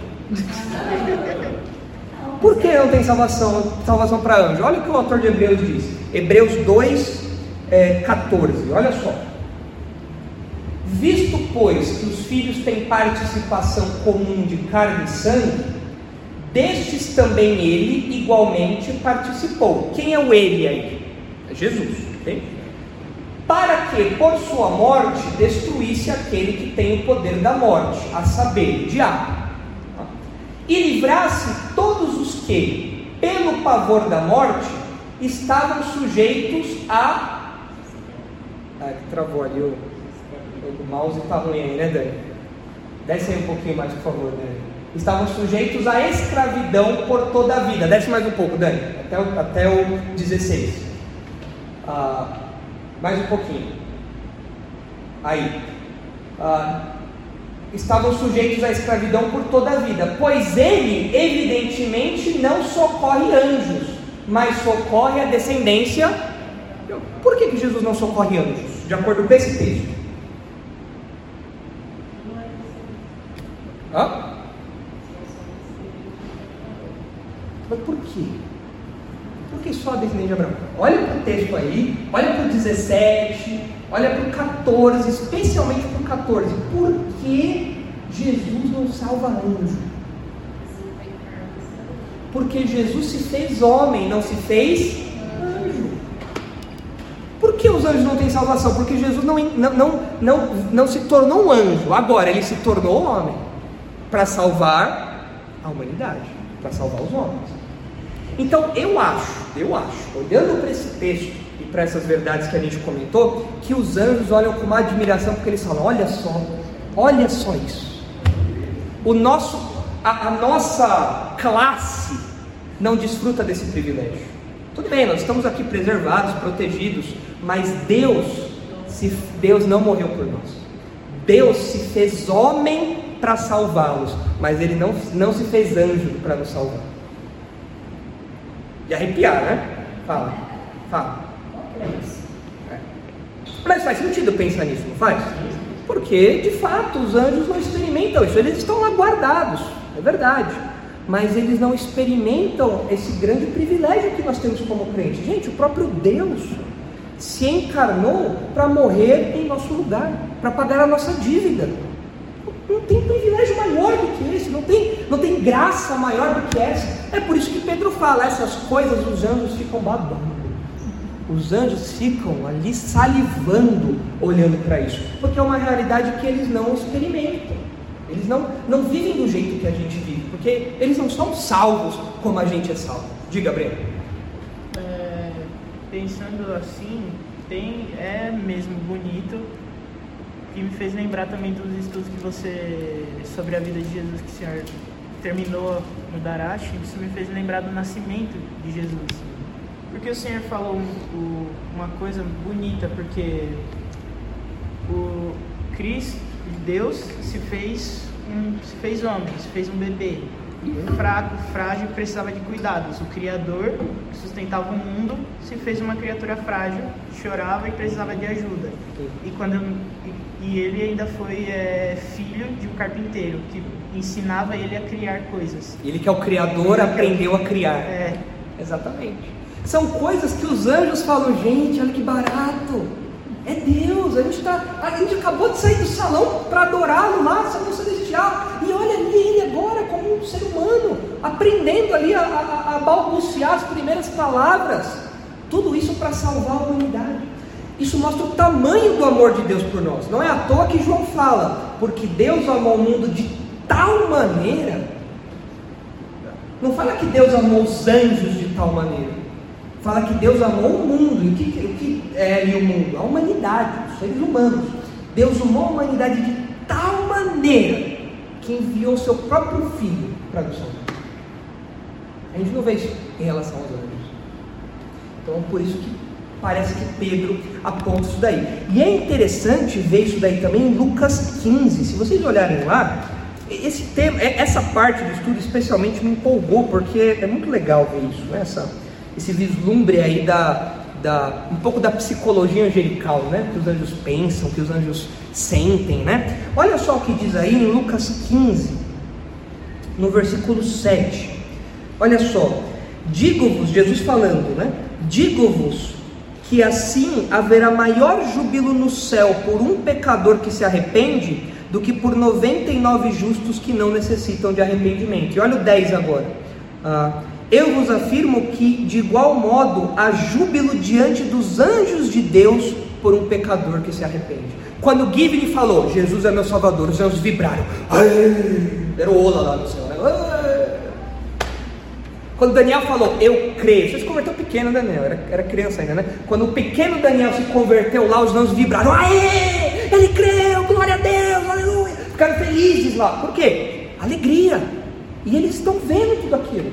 Por que não tem salvação para anjo? Olha o que o autor de Hebreus diz. Hebreus 2, 14. Olha só. Visto, pois, que os filhos têm participação comum de carne e sangue, destes também ele igualmente participou. Quem é o ele aí? É Jesus, ok? Para que por sua morte destruísse aquele que tem o poder da morte, a saber, o diabo, e livrasse todos os que, pelo pavor da morte, estavam sujeitos a... travou ali o mouse, está ruim aí, né, Dani? Desce aí um pouquinho mais, por favor, Dani. Estavam sujeitos à escravidão por toda a vida. Desce mais um pouco, Dani, até o 16. Mais um pouquinho. Aí. Estavam sujeitos à escravidão por toda a vida, pois ele, evidentemente, não socorre anjos, mas socorre a descendência. Por que Jesus não socorre anjos? De acordo com esse texto. Mas por quê? Por que só a descendência de Abraão? Olha para o texto aí, olha para o 17, olha para o 14, especialmente para o 14. Por que Jesus não salva anjo? Porque Jesus se fez homem, não se fez anjo. Por que os anjos não têm salvação? Porque Jesus não se tornou um anjo, agora ele se tornou homem para salvar a humanidade, para salvar os homens. Então eu acho, olhando para esse texto e para essas verdades que a gente comentou, que os anjos olham com uma admiração, porque eles falam: olha só isso. A nossa classe não desfruta desse privilégio. Tudo bem, nós estamos aqui preservados, protegidos, mas Deus não morreu por nós. Deus se fez homem para salvá-los, mas Ele não se fez anjo para nos salvar. E arrepiar, né? Fala. Mas faz sentido pensar nisso, não faz? Porque, de fato, os anjos não experimentam isso. Eles estão lá guardados, é verdade. Mas eles não experimentam esse grande privilégio que nós temos como crentes. Gente, o próprio Deus se encarnou para morrer em nosso lugar, para pagar a nossa dívida. Não tem privilégio maior do que esse, não tem graça maior do que essa. É por isso que Pedro fala, essas coisas os anjos ficam babando. Os anjos ficam ali salivando, olhando para isso, porque é uma realidade que eles não experimentam. Eles não vivem do jeito que a gente vive, porque eles não são salvos como a gente é salvo. Diga, Breno. Pensando assim, é mesmo bonito, que me fez lembrar também dos estudos que você, sobre a vida de Jesus, que o senhor terminou no Darash. Isso me fez lembrar do nascimento de Jesus, porque o senhor falou uma coisa bonita, porque o Cristo, Deus se fez homem, se fez um bebê, fraco, frágil, precisava de cuidados. O Criador, que sustentava o mundo, se fez uma criatura frágil, chorava e precisava de ajuda. E ele ainda foi filho de um carpinteiro, que ensinava ele a criar coisas. Ele que é o Criador, aprendeu a criar. Exatamente. São coisas que os anjos falam, gente, olha que barato. É Deus, a gente acabou de sair do salão para adorá-lo lá, salão celestial, e olha ali ele agora como um ser humano, aprendendo ali a balbuciar as primeiras palavras, tudo isso para salvar a humanidade. Isso mostra o tamanho do amor de Deus por nós. Não é à toa que João fala, porque Deus amou o mundo de tal maneira. Não fala que Deus amou os anjos de tal maneira, fala que Deus amou o mundo. E o que é ali o mundo? A humanidade, os seres humanos. Deus amou a humanidade de tal maneira que enviou seu próprio Filho para nos salvar. A gente não vê isso em relação aos anjos. Então por isso que parece que Pedro aponta isso daí. E é interessante ver isso daí também em Lucas 15. Se vocês olharem lá, esse tema, essa parte do estudo especialmente me empolgou, porque é muito legal ver isso, né? Esse vislumbre aí um pouco da psicologia angelical, né? Que os anjos pensam, que os anjos sentem, né? Olha só o que diz aí em Lucas 15, no versículo 7. Olha só, digo-vos, Jesus falando, né? Digo-vos que assim haverá maior júbilo no céu por um pecador que se arrepende do que por 99 justos que não necessitam de arrependimento. E olha o 10 agora. Eu vos afirmo que de igual modo há júbilo diante dos anjos de Deus por um pecador que se arrepende. Quando Gibbon falou, Jesus é meu salvador, os anjos vibraram. Era o ola lá no céu, né? Quando Daniel falou, eu creio, você se converteu pequeno, Daniel, era criança ainda, né? Quando o pequeno Daniel se converteu lá, os anjos vibraram, aê, ele creu, glória a Deus, aleluia, ficaram felizes lá, por quê? Alegria, e eles estão vendo tudo aquilo,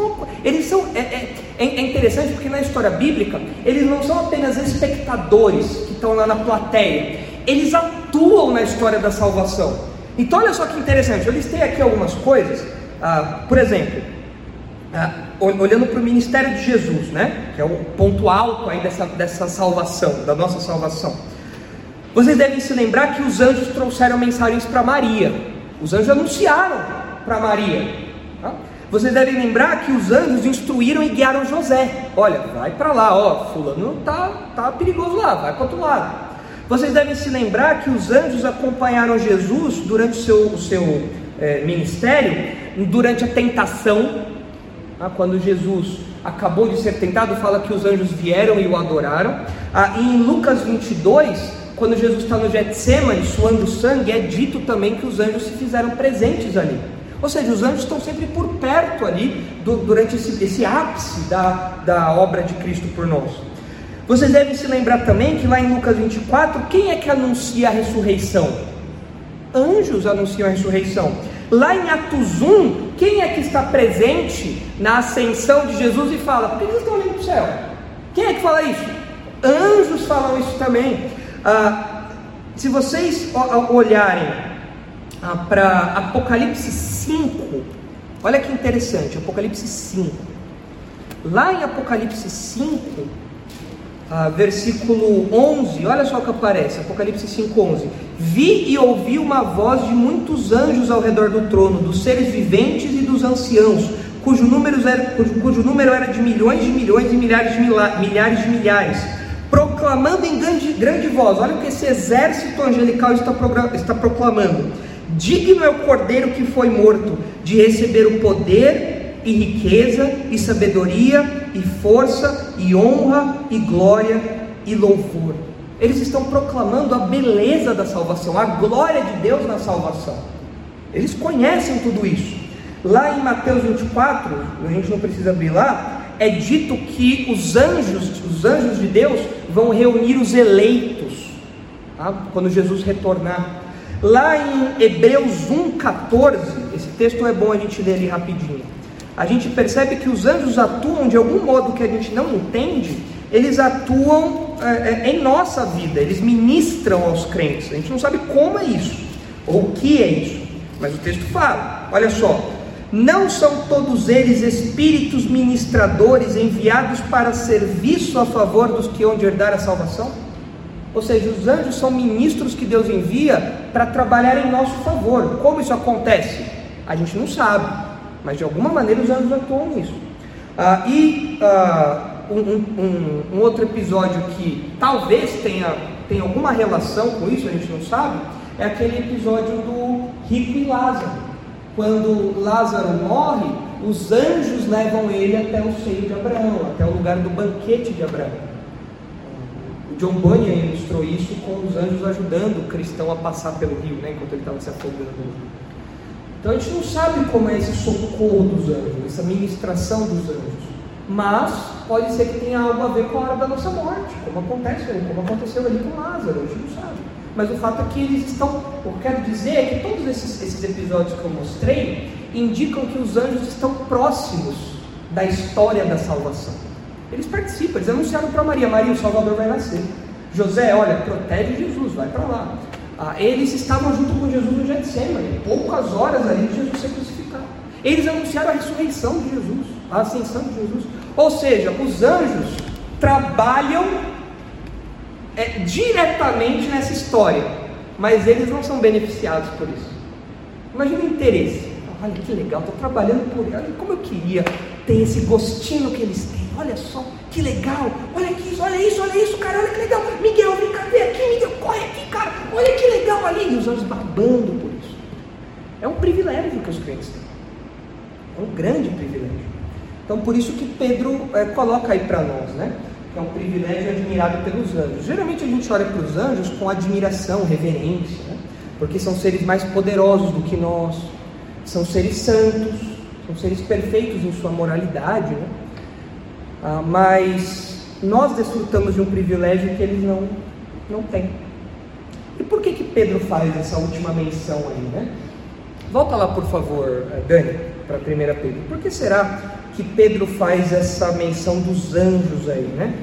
é interessante porque na história bíblica, eles não são apenas espectadores que estão lá na plateia, eles atuam na história da salvação. Então olha só que interessante, eu listei aqui algumas coisas, por exemplo, olhando para o ministério de Jesus, né? Que é o ponto alto aí dessa salvação, da nossa salvação. Vocês devem se lembrar que os anjos trouxeram mensagens para Maria. Os anjos anunciaram para Maria. Tá? Vocês devem lembrar que os anjos instruíram e guiaram José. Olha, vai para lá, ó, fulano tá perigoso lá, vai para o outro lado. Vocês devem se lembrar que os anjos acompanharam Jesus durante o seu ministério, durante a tentação. Quando Jesus acabou de ser tentado, fala que os anjos vieram e o adoraram. E em Lucas 22, quando Jesus está no Getsemane suando sangue, é dito também que os anjos se fizeram presentes ali. Ou seja, os anjos estão sempre por perto ali, durante esse ápice da obra de Cristo por nós. Vocês devem se lembrar também que lá em Lucas 24, quem é que anuncia a ressurreição? Anjos anunciam a ressurreição. Lá em Atos 1, quem é que está presente na ascensão de Jesus e fala, por que eles estão olhando para o céu? Quem é que fala isso? Anjos falam isso também. Se vocês olharem para Apocalipse 5, olha que interessante, Apocalipse 5. Lá em Apocalipse 5, versículo 11, olha só o que aparece, Apocalipse 5:11. Vi e ouvi uma voz de muitos anjos ao redor do trono, dos seres viventes e dos anciãos, cujo número era de milhões e milhares de milhares, proclamando em grande voz. Olha o que esse exército angelical está proclamando: digno é o cordeiro que foi morto de receber o poder e riqueza e sabedoria e força e honra e glória e louvor. Eles estão proclamando a beleza da salvação, a glória de Deus na salvação. Eles conhecem tudo isso. Lá em Mateus 24, a gente não precisa abrir lá, é dito que os anjos de Deus vão reunir os eleitos, tá? Quando Jesus retornar. Lá em Hebreus 1:14, esse texto é bom a gente ler ali rapidinho. A gente percebe que os anjos atuam de algum modo que a gente não entende. Eles atuam em nossa vida, eles ministram aos crentes. A gente não sabe como é isso, ou o que é isso. Mas o texto fala, olha só: não são todos eles espíritos ministradores enviados para serviço a favor dos que hão de herdar a salvação? Ou seja, os anjos são ministros que Deus envia para trabalhar em nosso favor. Como isso acontece? A gente não sabe, mas de alguma maneira os anjos atuam nisso. Um outro episódio que talvez tenha alguma relação com isso, a gente não sabe, é aquele episódio do rico e Lázaro. Quando Lázaro morre, os anjos levam ele até o seio de Abraão, até o lugar do banquete de Abraão. O John Bunyan ilustrou isso com os anjos ajudando o cristão a passar pelo rio, enquanto ele estava se afogando. Então a gente não sabe como é esse socorro dos anjos, essa ministração dos anjos, mas pode ser que tenha algo a ver com a hora da nossa morte, como aconteceu ali com Lázaro, a gente não sabe. Mas o fato é que eles estão, eu quero dizer é que todos esses episódios que eu mostrei indicam que os anjos estão próximos da história da salvação. Eles participam, eles anunciaram para Maria: o Salvador vai nascer. José, olha, protege Jesus, vai para lá. Eles estavam junto com Jesus no Getsemane, poucas horas ali de Jesus ser crucificado. Eles anunciaram a ressurreição de Jesus, a ascensão de Jesus. Ou seja, os anjos trabalham diretamente nessa história, mas eles não são beneficiados por isso. Imagina o interesse: olha que legal, estou trabalhando por ele, olha como eu queria ter esse gostinho que eles têm, olha só, que legal, olha isso, cara, olha que legal, Miguel, vem cá, vem aqui, Miguel, corre aqui, cara, olha que legal ali, e os anjos babando por isso. É um privilégio que os crentes têm, é um grande privilégio. Então por isso que Pedro coloca aí para nós, que é um privilégio admirado pelos anjos. Geralmente a gente olha para os anjos com admiração, reverência, porque são seres mais poderosos do que nós, são seres santos, são seres perfeitos em sua moralidade, mas nós desfrutamos de um privilégio que eles não têm. E por que Pedro faz essa última menção aí, Volta lá, por favor, Dani, para 1 Pedro. Por que será que Pedro faz essa menção dos anjos aí,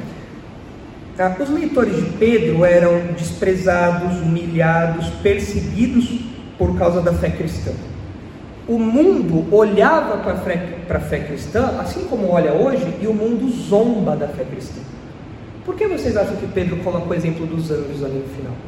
Os leitores de Pedro eram desprezados, humilhados, perseguidos por causa da fé cristã. O mundo olhava para a fé cristã, assim como olha hoje, e o mundo zomba da fé cristã. Por que vocês acham que Pedro coloca o exemplo dos anjos ali no final?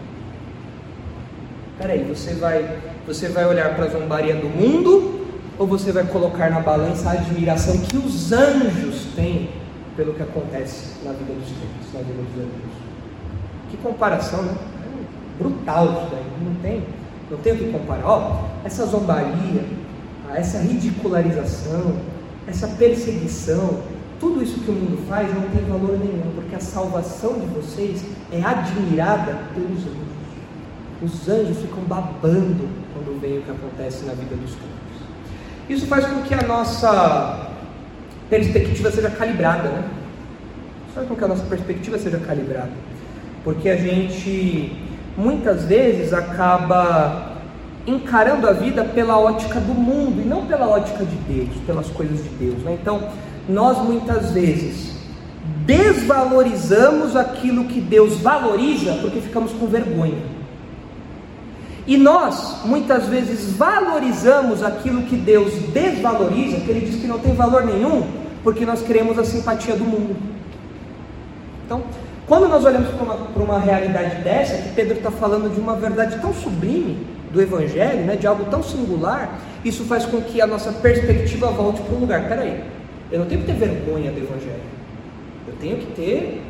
Peraí, você vai olhar para a zombaria do mundo, ou você vai colocar na balança a admiração que os anjos têm pelo que acontece na vida dos crentes, na vida dos anjos? Que comparação, brutal isso daí, não tem o que comparar. Essa zombaria, essa ridicularização, essa perseguição, tudo isso que o mundo faz não tem valor nenhum, porque a salvação de vocês é admirada pelos anjos. Os anjos ficam babando quando veem o que acontece na vida dos crentes. Isso faz com que a nossa perspectiva seja calibrada, Faz com que a nossa perspectiva seja calibrada, porque a gente muitas vezes acaba encarando a vida pela ótica do mundo e não pela ótica de Deus, pelas coisas de Deus, Então, nós muitas vezes desvalorizamos aquilo que Deus valoriza porque ficamos com vergonha. E nós, muitas vezes, valorizamos aquilo que Deus desvaloriza, que Ele diz que não tem valor nenhum, porque nós queremos a simpatia do mundo. Então, quando nós olhamos para uma realidade dessa, que Pedro está falando de uma verdade tão sublime do Evangelho, de algo tão singular, isso faz com que a nossa perspectiva volte para um lugar. Peraí, eu não tenho que ter vergonha do Evangelho, eu tenho que ter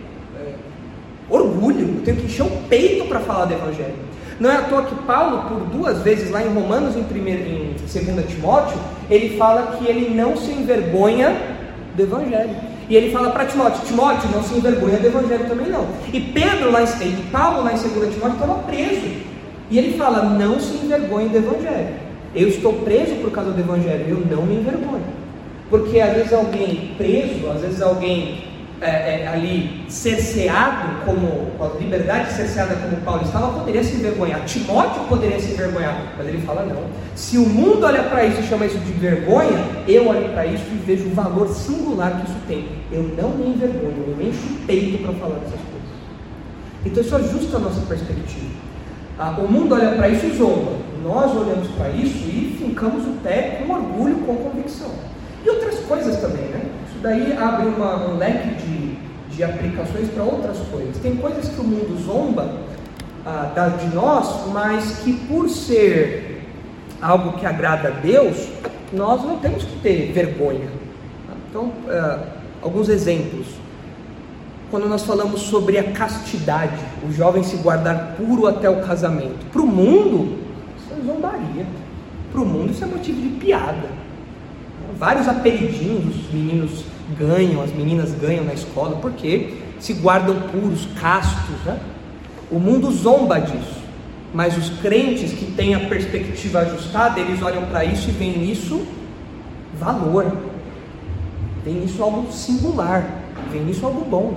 orgulho, eu tenho que encher o peito para falar do Evangelho. Não é à toa que Paulo, por 2 vezes lá em Romanos, em 2 Timóteo, ele fala que ele não se envergonha do Evangelho. E ele fala para Timóteo: não se envergonha do Evangelho também não. E Paulo lá em 2 Timóteo estava preso. E ele fala: não se envergonhe do Evangelho. Eu estou preso por causa do Evangelho, eu não me envergonho. Porque às vezes alguém preso, às vezes alguém ali cerceado, com a liberdade cerceada como Paulo estava, poderia se envergonhar. Timóteo poderia se envergonhar, mas ele fala: não, se o mundo olha para isso e chama isso de vergonha, eu olho para isso e vejo o valor singular que isso tem. Eu não me envergonho, eu encho o peito para falar dessas coisas. Então isso ajusta a nossa perspectiva. O mundo olha para isso e zomba, nós olhamos para isso e fincamos o pé com orgulho, com convicção. E outras coisas também, né? Isso daí abre um leque de aplicações para outras coisas. Tem coisas que o mundo zomba de nós, mas que por ser algo que agrada a Deus, nós não temos que ter vergonha. Então, alguns exemplos. Quando nós falamos sobre a castidade, o jovem se guardar puro até o casamento. Para o mundo, isso é zombaria. Para o mundo, isso é motivo de piada. Vários apelidinhos os meninos ganham, as meninas ganham na escola, porque se guardam puros, castos, né? O mundo zomba disso, mas os crentes que têm a perspectiva ajustada, eles olham para isso e veem nisso valor, veem nisso algo singular, veem nisso algo bom.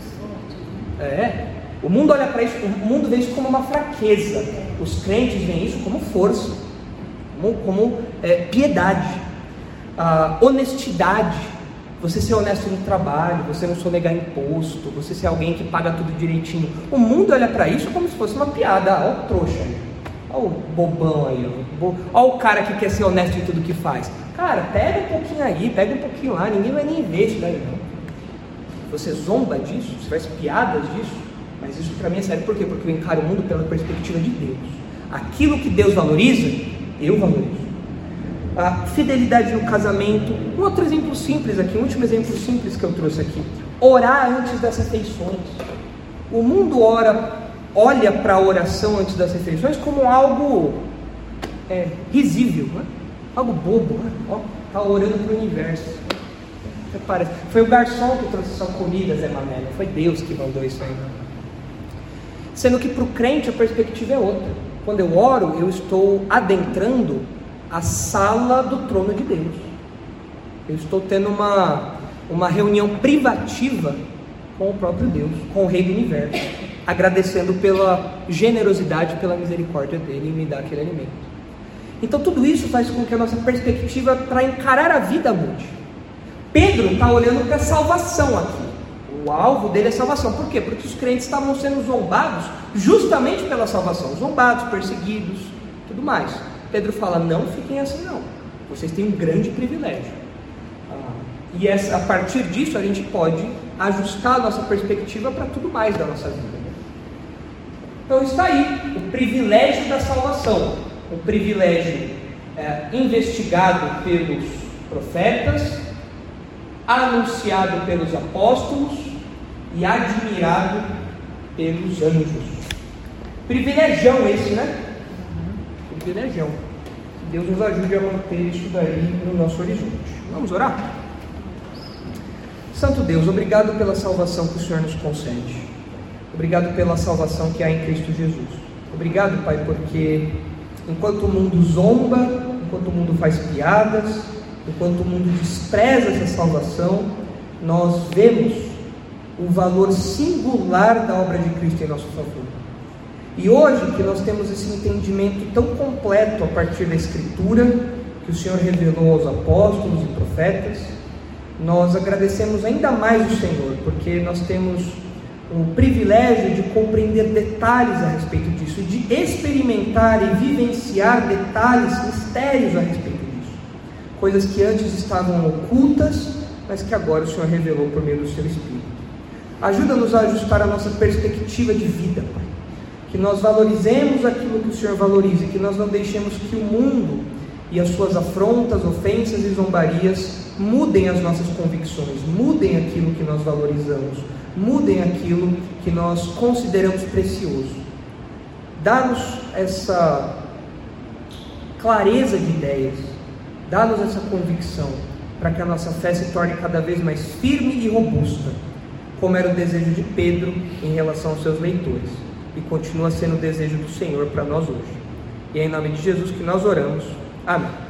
O mundo olha para isso, o mundo vê isso como uma fraqueza, os crentes veem isso como força, como piedade, honestidade, você ser honesto no trabalho, você não sonegar imposto, você ser alguém que paga tudo direitinho. O mundo olha para isso como se fosse uma piada. Olha o trouxa aí, olha o bobão aí, olha o cara que quer ser honesto em tudo que faz. Cara, pega um pouquinho aí, pega um pouquinho lá, ninguém vai nem ver isso daí não. Você zomba disso, você faz piadas disso, mas isso para mim é sério. Por quê? Porque eu encaro o mundo pela perspectiva de Deus. Aquilo que Deus valoriza, eu valorizo. A fidelidade no casamento. Um outro exemplo simples aqui, um último exemplo simples que eu trouxe aqui. Orar antes das refeições. O mundo olha para a oração antes das refeições como algo risível, né? Algo bobo, né? Está orando para o universo. Parece. Foi o garçom que trouxe sua comida, Zé Mané, não foi Deus que mandou isso aí. Sendo que para o crente a perspectiva é outra. Quando eu oro, eu estou adentrando a sala do trono de Deus. Eu estou tendo uma reunião privativa com o próprio Deus, com o Rei do Universo, agradecendo pela generosidade, pela misericórdia dele em me dar aquele alimento. Então tudo isso faz com que a nossa perspectiva para encarar a vida mude. Pedro está olhando para a salvação aqui. O alvo dele é salvação. Por quê? Porque os crentes estavam sendo zombados justamente pela salvação. Zombados, perseguidos, tudo mais. Pedro fala, não fiquem assim não. Vocês têm um grande privilégio. E a partir disso a gente pode ajustar a nossa perspectiva para tudo mais da nossa vida. Então está aí o privilégio da salvação. O privilégio investigado pelos profetas, anunciado pelos apóstolos e admirado pelos anjos. Privilegião esse, né? Privilegião. Que Deus nos ajude a manter isso daí no nosso horizonte. Vamos orar? Santo Deus, obrigado pela salvação que o Senhor nos concede. Obrigado pela salvação que há em Cristo Jesus. Obrigado, Pai, porque enquanto o mundo zomba, enquanto o mundo faz piadas, enquanto o mundo despreza essa salvação, nós vemos o valor singular da obra de Cristo em nosso favor. E hoje que nós temos esse entendimento tão completo a partir da Escritura, que o Senhor revelou aos apóstolos e profetas, nós agradecemos ainda mais o Senhor, porque nós temos o privilégio de compreender detalhes a respeito disso, de experimentar e vivenciar detalhes, mistérios a respeito disso. Coisas que antes estavam ocultas, mas que agora o Senhor revelou por meio do Seu Espírito. Ajuda-nos a ajustar a nossa perspectiva de vida, Pai. Que nós valorizemos aquilo que o Senhor valoriza, que nós não deixemos que o mundo e as suas afrontas, ofensas e zombarias mudem as nossas convicções, mudem aquilo que nós valorizamos, mudem aquilo que nós consideramos precioso. Dá-nos essa clareza de ideias, dá-nos essa convicção, para que a nossa fé se torne cada vez mais firme e robusta, como era o desejo de Pedro em relação aos seus leitores, e continua sendo o desejo do Senhor para nós hoje. E é em nome de Jesus que nós oramos. Amém.